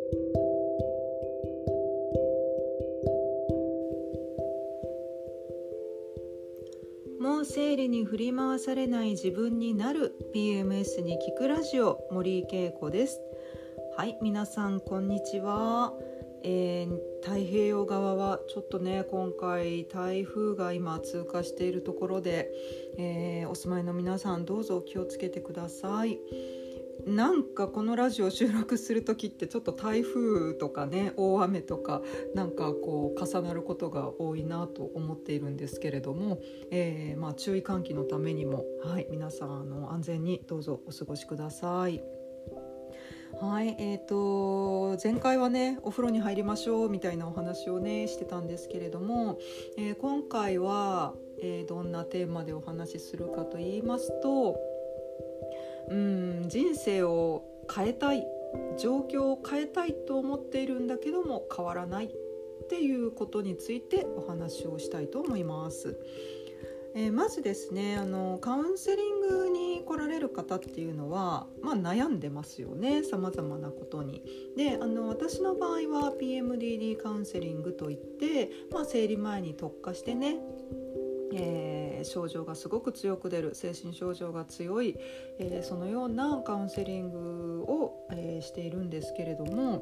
もう生理に振り回されない自分になる PMS に聞くラジオ、森井恵子です。はい、皆さんこんにちは。太平洋側はちょっとね、今回台風が今通過しているところで、お住まいの皆さんどうぞ気をつけてください。なんかこのラジオ収録する時ってちょっと台風とかね、大雨とかなんかこう重なることが多いなと思っているんですけれども、注意喚起のためにも、はい、皆さん安全にどうぞお過ごしください。はい、前回はね、お風呂に入りましょうみたいなお話をねしてたんですけれども、今回は、どんなテーマでお話しするかと言いますと、人生を変えたい、状況を変えたいと思っているんだけども変わらないっていうことについてお話をしたいと思います。まずですね、カウンセリングに来られる方っていうのは、悩んでますよね、様々なことに。で、私の場合は PMDD カウンセリングといって、生理前に特化してね、症状がすごく強く出る、精神症状が強い、そのようなカウンセリングを、しているんですけれども、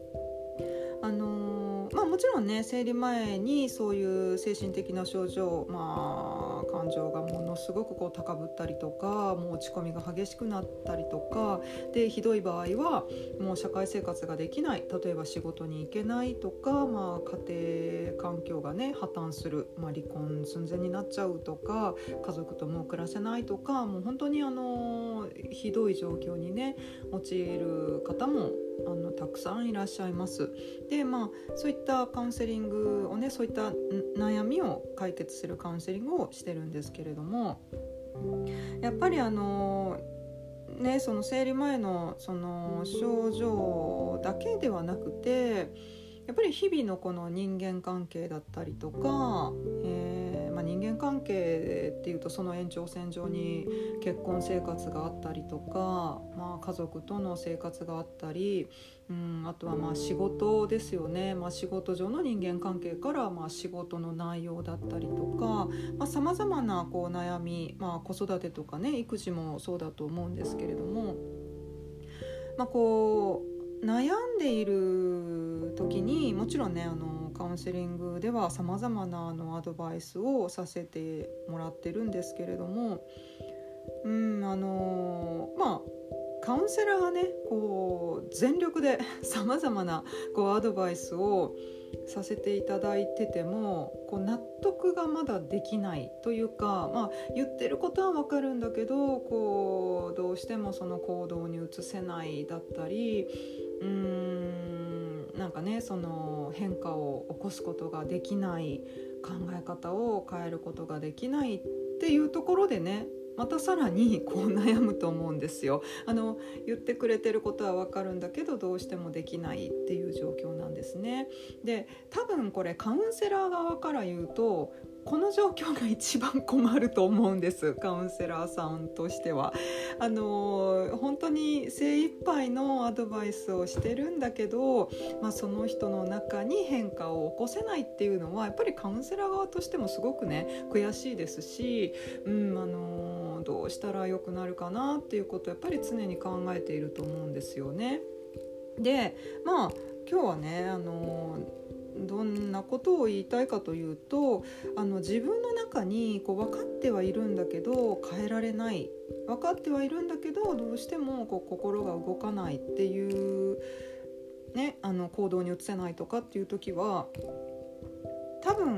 もちろんね、生理前にそういう精神的な症状、感情がものすごくこう高ぶったりとか、もう落ち込みが激しくなったりとかで、ひどい場合はもう社会生活ができない、例えば仕事に行けないとか、家庭環境がね破綻する、離婚寸前になっちゃうとか、家族ともう暮らせないとか、もう本当にひどい状況にね陥る方もたくさんいらっしゃいます。で、そういったカウンセリングをね、そういった悩みを解決するカウンセリングをしてるんですけれども、やっぱりその生理前のその症状だけではなくて、やっぱり日々のこの人間関係だったりとか、人間関係っていうとその延長線上に結婚生活があったりとか、家族との生活があったり、あとは仕事ですよね。仕事上の人間関係から仕事の内容だったりとか、様々なこう悩み、子育てとかね、育児もそうだと思うんですけれども、こう悩んでいる時にもちろんね、カウンセリングでは様々なアドバイスをさせてもらってるんですけれども、カウンセラーがねこう全力で様々なこうアドバイスをさせていただいてても、こう納得がまだできないというか、言ってることは分かるんだけど、こうどうしてもその行動に移せないだったり、なんかね、その変化を起こすことができない、考え方を変えることができないっていうところでね、またさらにこう悩むと思うんですよ。言ってくれてることは分かるんだけど、どうしてもできないっていう状況なんですね。で、多分これカウンセラー側から言うと、この状況が一番困ると思うんです。カウンセラーさんとしては本当に精一杯のアドバイスをしてるんだけど、その人の中に変化を起こせないっていうのは、やっぱりカウンセラー側としてもすごくね悔しいですし、どうしたら良くなるかなっていうことをやっぱり常に考えていると思うんですよね。で、今日はねどんなことを言いたいかというと、自分の中にこう分かってはいるんだけど変えられない、分かってはいるんだけどどうしてもこう心が動かないっていうね、行動に移せないとかっていう時は、多分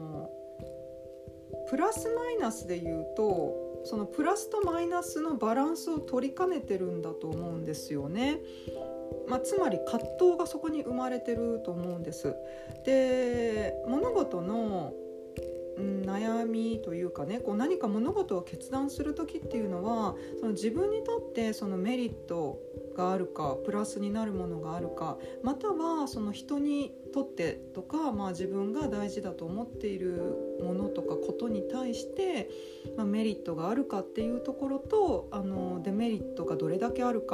プラスマイナスで言うと、そのプラスとマイナスのバランスを取りかねてるんだと思うんですよね。つまり葛藤がそこに生まれてると思うんです。で、物事の悩みというかね、こう何か物事を決断する時っていうのは、その自分にとってそのメリットがあるか、プラスになるものがあるか、またはその人にとってとか、自分が大事だと思っているものとかことに対して、メリットがあるかっていうところと、デメリットがどれだけあるか、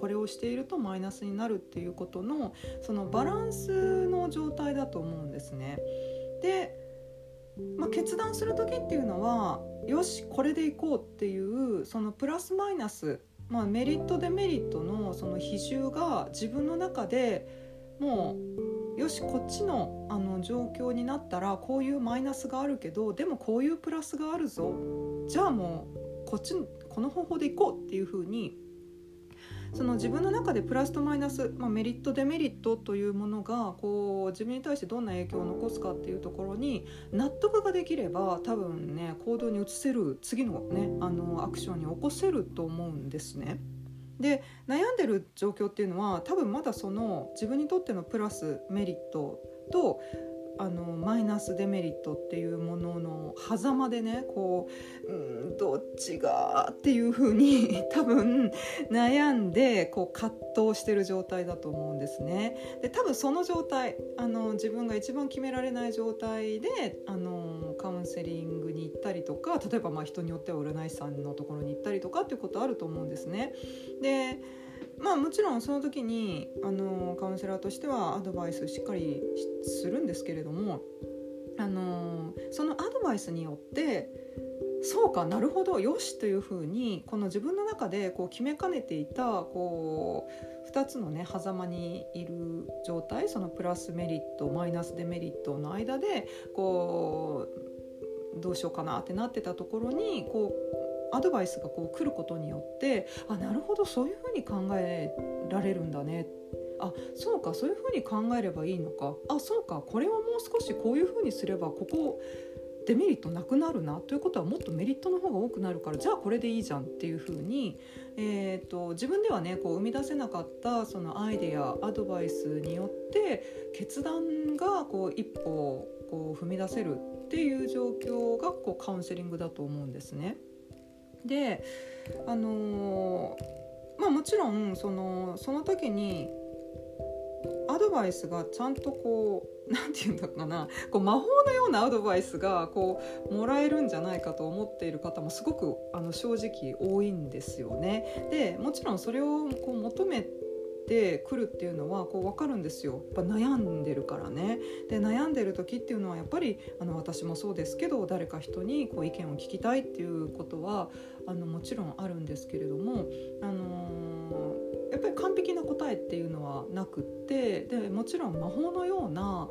これをしているとマイナスになるっていうことのそのバランスの状態だと思うんですね。で、決断する時っていうのはよしこれでいこうっていうそのプラスマイナス、メリットデメリットのその比重が自分の中でもうよしこっちの、状況になったらこういうマイナスがあるけどでもこういうプラスがあるぞ、じゃあもうこの方法でいこうっていう風にその自分の中でプラスとマイナス、メリットデメリットというものがこう自分に対してどんな影響を残すかっていうところに納得ができれば多分ね行動に移せる次のねアクションに起こせると思うんですね。で悩んでる状況っていうのは多分まだその自分にとってのプラスメリットとマイナスデメリットっていうものの狭間でねこうどっちがっていう風に多分悩んでこう葛藤してる状態だと思うんですね。で多分その状態自分が一番決められない状態でカウンセリングに行ったりとか例えば人によっては占い師さんのところに行ったりとかっていうことあると思うんですね。でもちろんその時にカウンセラーとしてはアドバイスしっかりするんですけれどもそのアドバイスによってそうかなるほどよしというふうにこの自分の中でこう決めかねていたこう2つのね狭間にいる状態そのプラスメリットマイナスデメリットの間でこうどうしようかなってなってたところにこうアドバイスがこう来ることによってなるほどそういうふうに考えられるんだね、そうかそういうふうに考えればいいのか、そうかこれはもう少しこういうふうにすればここデメリットなくなるなということはもっとメリットの方が多くなるからじゃあこれでいいじゃんっていうふうに、自分ではねこう生み出せなかったそのアイデアアドバイスによって決断がこう一歩こう踏み出せるっていう状況がこうカウンセリングだと思うんですね。でもちろんその時にアドバイスがちゃんとこうなんていうんだかなこう魔法のようなアドバイスがこうもらえるんじゃないかと思っている方もすごく正直多いんですよね。でもちろんそれをこう求めてくるっていうのはこう分かるんですよ。やっぱ悩んでるからね。で悩んでる時っていうのはやっぱり私もそうですけど誰か人にこう意見を聞きたいっていうことはもちろんあるんですけれども、やっぱり完璧な答えっていうのはなくってでもちろん魔法のような、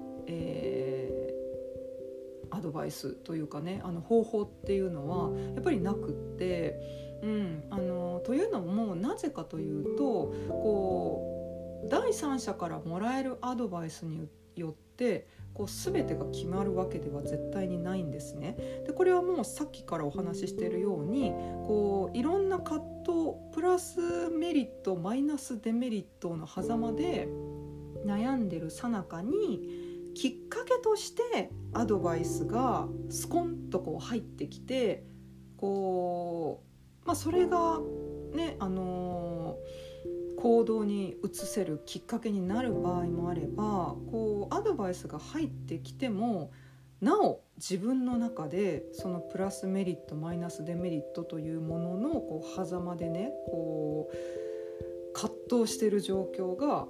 アドバイスというかね方法っていうのはやっぱりなくってというのもなぜかというとこう第三者からもらえるアドバイスによってこう全てが決まるわけでは絶対にないんですね。でこれはもうさっきからお話ししているようにこういろんな葛藤プラスメリットマイナスデメリットの狭間で悩んでる最中にきっかけとしてアドバイスがスコンとこう入ってきてこうそれがね行動に移せるきっかけになる場合もあればこうアドバイスが入ってきてもなお自分の中でそのプラスメリットマイナスデメリットというもののこう狭間でねこう葛藤している状況が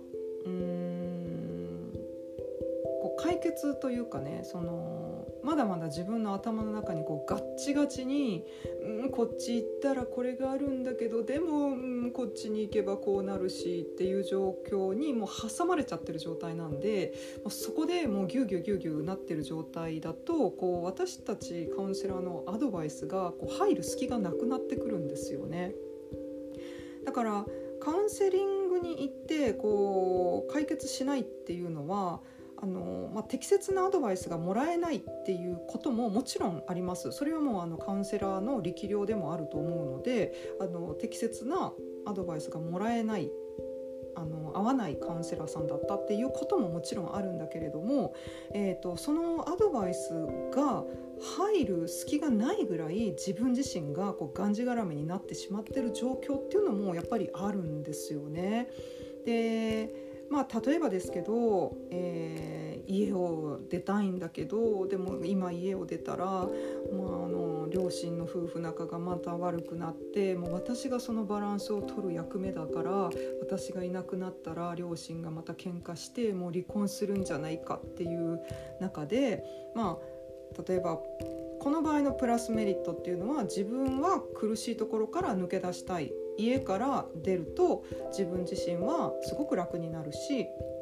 こう解決というかねまだまだ自分の頭の中にこうガッチガチに、こっち行ったらこれがあるんだけどでも、こっちに行けばこうなるしっていう状況にもう挟まれちゃってる状態なんでもうそこでもうギュギュギュギュなってる状態だとこう私たちカウンセラーのアドバイスがこう入る隙がなくなってくるんですよね。だからカウンセリングに行ってこう解決しないっていうのは適切なアドバイスがもらえないっていうことももちろんあります。それはもうカウンセラーの力量でもあると思うので適切なアドバイスがもらえない合わないカウンセラーさんだったっていうことももちろんあるんだけれども、そのアドバイスが入る隙がないぐらい自分自身がこうがんじがらめになってしまっている状況っていうのもやっぱりあるんですよね。で例えばですけど、家を出たいんだけどでも今家を出たら、 両親の夫婦仲がまた悪くなって、もう私がそのバランスを取る役目だから、私がいなくなったら両親がまた喧嘩してもう離婚するんじゃないかっていう中で、例えばこの場合のプラスメリットっていうのは、自分は苦しいところから抜け出したい、家から出ると自分自身はすごく楽になるし、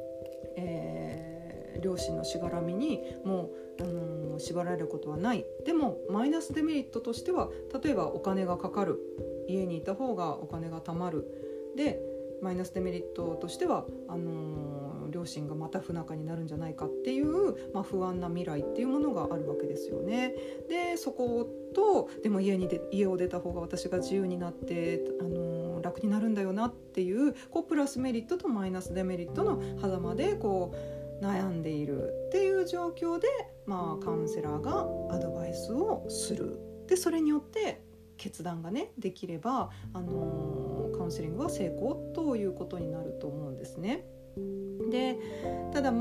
両親のしがらみにもう、縛られることはない。でもマイナスデメリットとしては、例えばお金がかかる、家にいた方がお金が貯まる。でマイナスデメリットとしては両親がまた不仲になるんじゃないかっていう、不安な未来っていうものがあるわけですよね。でそことでも家を出た方が私が自由になって、楽になるんだよなっていう、プラスメリットとマイナスデメリットの狭間で悩んでいるっていう状況で、カウンセラーがアドバイスをする。でそれによって決断がねできれば、カウンセリングは成功ということになると思うんですね。でただア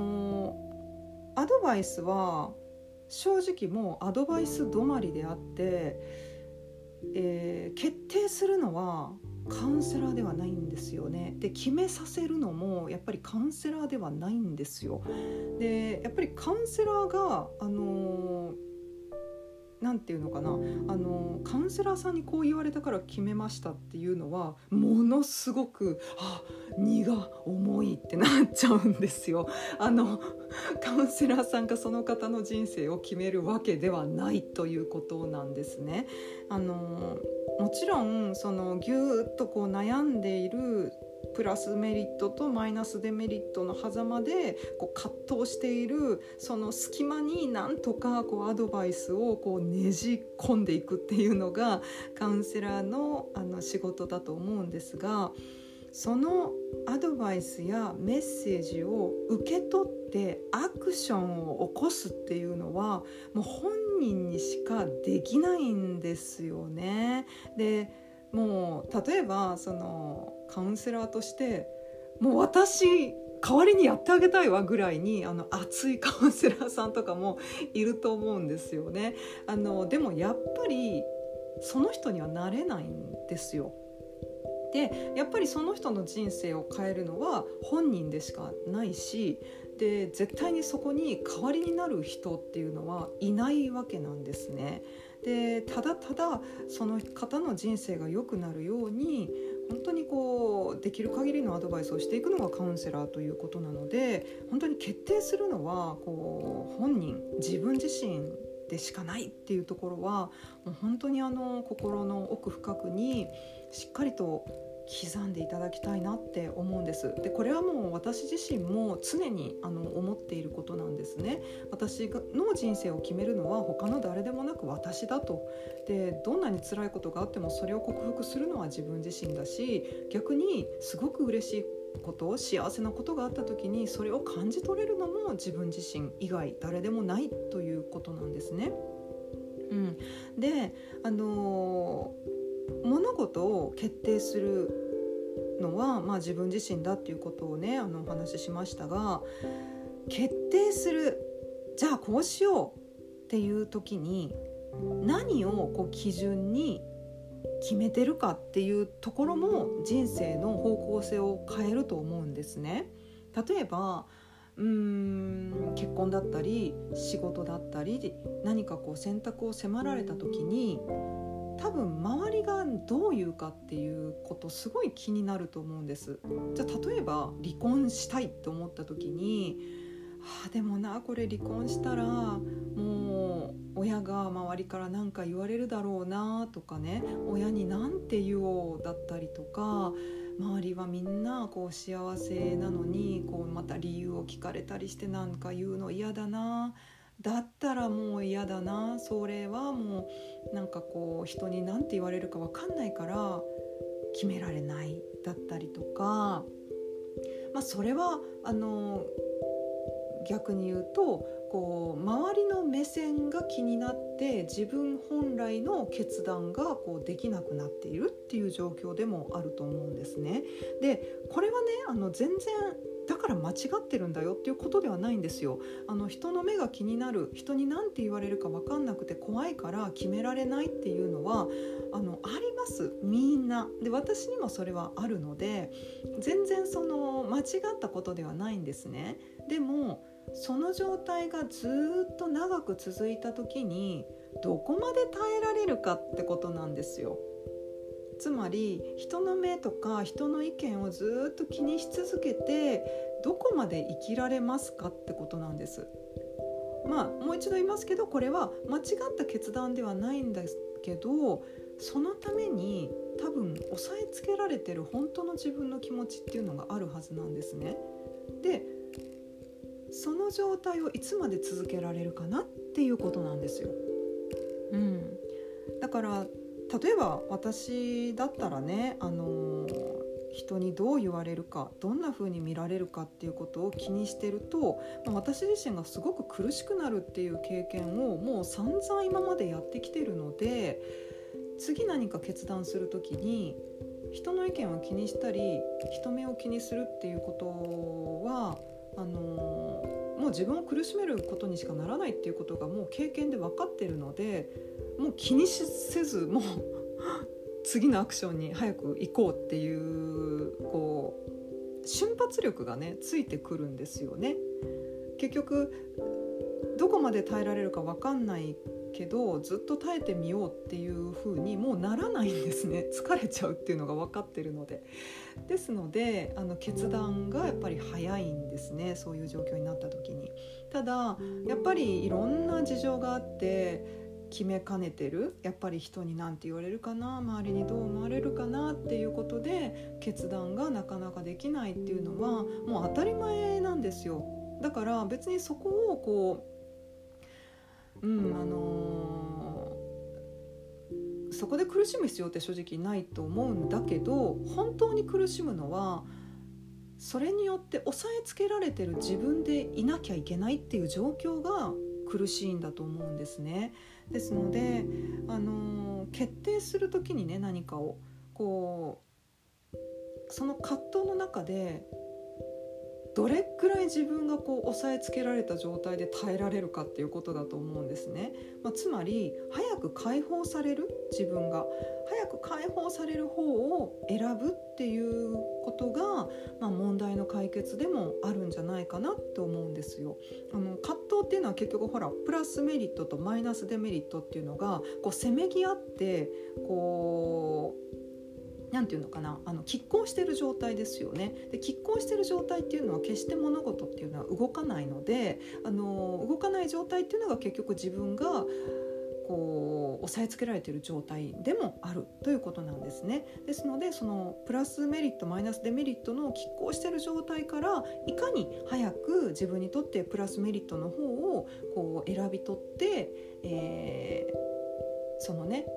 ドバイスは正直もうアドバイス止まりであって、決定するのはカウンセラーではないんですよね。で決めさせるのもやっぱりカウンセラーではないんですよ。でやっぱりカウンセラーがなんていうのかな、カウンセラーさんにこう言われたから決めましたっていうのはものすごく荷が重いってなっちゃうんですよ。カウンセラーさんがその方の人生を決めるわけではないということなんですね。もちろんそのぎゅーっと悩んでいるプラスメリットとマイナスデメリットの狭間で葛藤しているその隙間になんとかアドバイスをねじ込んでいくっていうのがカウンセラーの仕事だと思うんですが、そのアドバイスやメッセージを受け取ってアクションを起こすっていうのはもう本人にしかできないんですよね。でもう例えばそのカウンセラーとしてもう私代わりにやってあげたいわぐらいに熱いカウンセラーさんとかもいると思うんですよね。でもやっぱりその人にはなれないんですよ。でやっぱりその人の人生を変えるのは本人でしかないし、で絶対にそこに代わりになる人っていうのはいないわけなんですね。でただただその方の人生が良くなるように本当にできる限りのアドバイスをしていくのがカウンセラーということなので、本当に決定するのは本人自分自身でしかないっていうところはもう本当に心の奥深くにしっかりと刻んでいただきたいなって思うんです。でこれはもう私自身も常に思っていることなんですね。私の人生を決めるのは他の誰でもなく私だと。でどんなに辛いことがあってもそれを克服するのは自分自身だし、逆にすごく嬉しいこと幸せなことがあった時にそれを感じ取れるのも自分自身以外誰でもないということなんですね。で物事を決定するのは、自分自身だっていうことをねお話ししましたが、決定する、じゃあこうしようっていう時に何を基準に決めてるかっていうところも人生の方向性を変えると思うんですね。例えば結婚だったり仕事だったり何か選択を迫られた時に多分周りがどう言うかっていうことすごい気になると思うんです。じゃあ例えば離婚したいと思った時にでもなこれ離婚したらもう親が周りから何か言われるだろうなとかね、親になんて言おうだったりとか、周りはみんな幸せなのにまた理由を聞かれたりしてなんか言うの嫌だな、だったらもう嫌だな、それはもうなんか人に何て言われるか分かんないから決められないだったりとか、それは逆に言うと周りの目線が気になって自分本来の決断ができなくなっているっていう状況でもあると思うんですね。でこれはね全然だから間違ってるんだよっていうことではないんですよ。人の目が気になる、人に何て言われるか分かんなくて怖いから決められないっていうのはあります、みんなで。私にもそれはあるので、全然その間違ったことではないんですね。でもその状態がずっと長く続いた時にどこまで耐えられるかってことなんですよ。つまり人の目とか人の意見をずっと気にし続けてどこまで生きられますかってことなんです。もう一度言いますけど、これは間違った決断ではないんですけど、そのために多分押さえつけられてる本当の自分の気持ちっていうのがあるはずなんですね。でその状態をいつまで続けられるかなっていうことなんですよ。だから例えば私だったらね、人にどう言われるか、どんな風に見られるかっていうことを気にしてると、私自身がすごく苦しくなるっていう経験をもう散々今までやってきてるので、次何か決断するときに人の意見を気にしたり人目を気にするっていうことはもう自分を苦しめることにしかならないっていうことがもう経験で分かってるので、もう気にせずもう次のアクションに早く行こうっていう瞬発力がねついてくるんですよね。結局どこまで耐えられるか分かんないけどずっと耐えてみようっていう風にもうならないんですね。疲れちゃうっていうのが分かってるので。ですので決断がやっぱり早いんですね、そういう状況になった時に。ただやっぱりいろんな事情があって決めかねてる、やっぱり人に何て言われるかな、周りにどう思われるかなっていうことで決断がなかなかできないっていうのはもう当たり前なんですよ。だから別にそこをそこで苦しむ必要って正直ないと思うんだけど、本当に苦しむのはそれによって抑えつけられてる自分でいなきゃいけないっていう状況が苦しいんだと思うんですね。ですので、決定するときにね、何かをその葛藤の中でどれくらい自分が押さえつけられた状態で耐えられるかっていうことだと思うんですね。つまり早く解放される、自分が早く解放される方を選ぶっていうことが、問題の解決でもあるんじゃないかなって思うんですよ。葛藤っていうのは結局プラスメリットとマイナスデメリットっていうのがせめぎ合ってなんていうのかな、拮抗している状態ですよね。で拮抗している状態っていうのは決して物事っていうのは動かないので、動かない状態っていうのが結局自分が押さえつけられている状態でもあるということなんですね。ですのでそのプラスメリットマイナスデメリットの拮抗している状態からいかに早く自分にとってプラスメリットの方を選び取って、そのね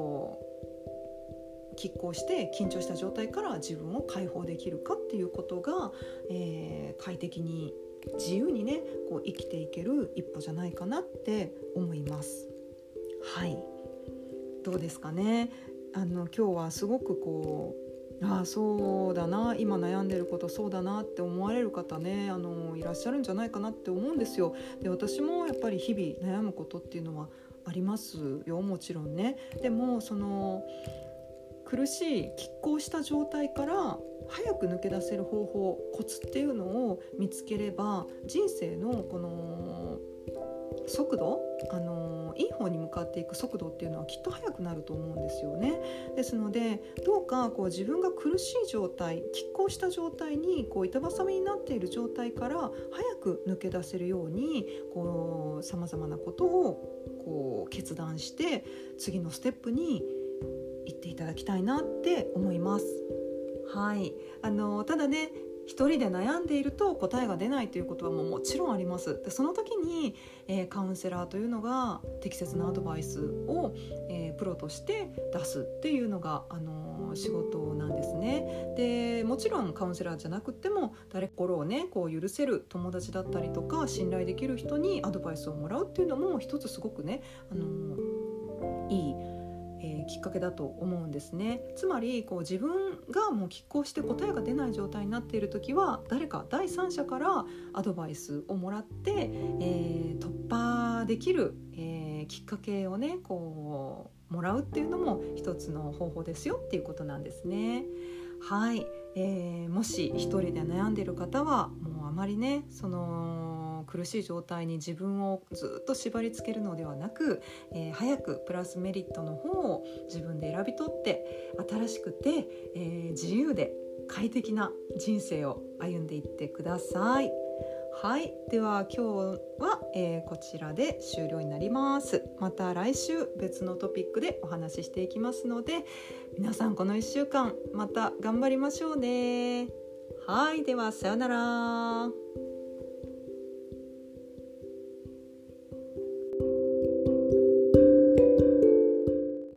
拮抗して緊張した状態から自分を解放できるかっていうことが、快適に自由にね生きていける一歩じゃないかなって思います。はい、どうですかね。今日はすごくそうだな、今悩んでることそうだなって思われる方ねいらっしゃるんじゃないかなって思うんですよ。で私もやっぱり日々悩むことっていうのはありますよ、もちろんね。でもその苦しい拮抗した状態から早く抜け出せる方法、コツっていうのを見つければ人生のこの速度、いい方に向かっていく速度っていうのはきっと速くなると思うんですよね。ですのでどうか自分が苦しい状態、拮抗した状態に板挟みになっている状態から早く抜け出せるようにさまざまなことを決断して次のステップに行っていただきたいなって思います。はい、ただね一人で悩んでいると答えが出ないということはもちろんあります。でその時に、カウンセラーというのが適切なアドバイスを、プロとして出すっていうのが、仕事なんですね。でもちろんカウンセラーじゃなくても心をね許せる友達だったりとか信頼できる人にアドバイスをもらうっていうのも一つすごくねいいきっかけだと思うんですね。つまり自分がもう拮抗して答えが出ない状態になっている時は、誰か第三者からアドバイスをもらって、突破できる、きっかけをねこうもらうっていうのも一つの方法ですよっていうことなんですね。はい、もし一人で悩んでいる方はもうあまりねその苦しい状態に自分をずっと縛り付けるのではなく、早くプラスメリットの方を自分で選び取って新しくて、自由で快適な人生を歩んでいってください。はい、では今日は、こちらで終了になります。また来週別のトピックでお話ししていきますので、皆さんこの1週間また頑張りましょうね。はい、ではさようなら。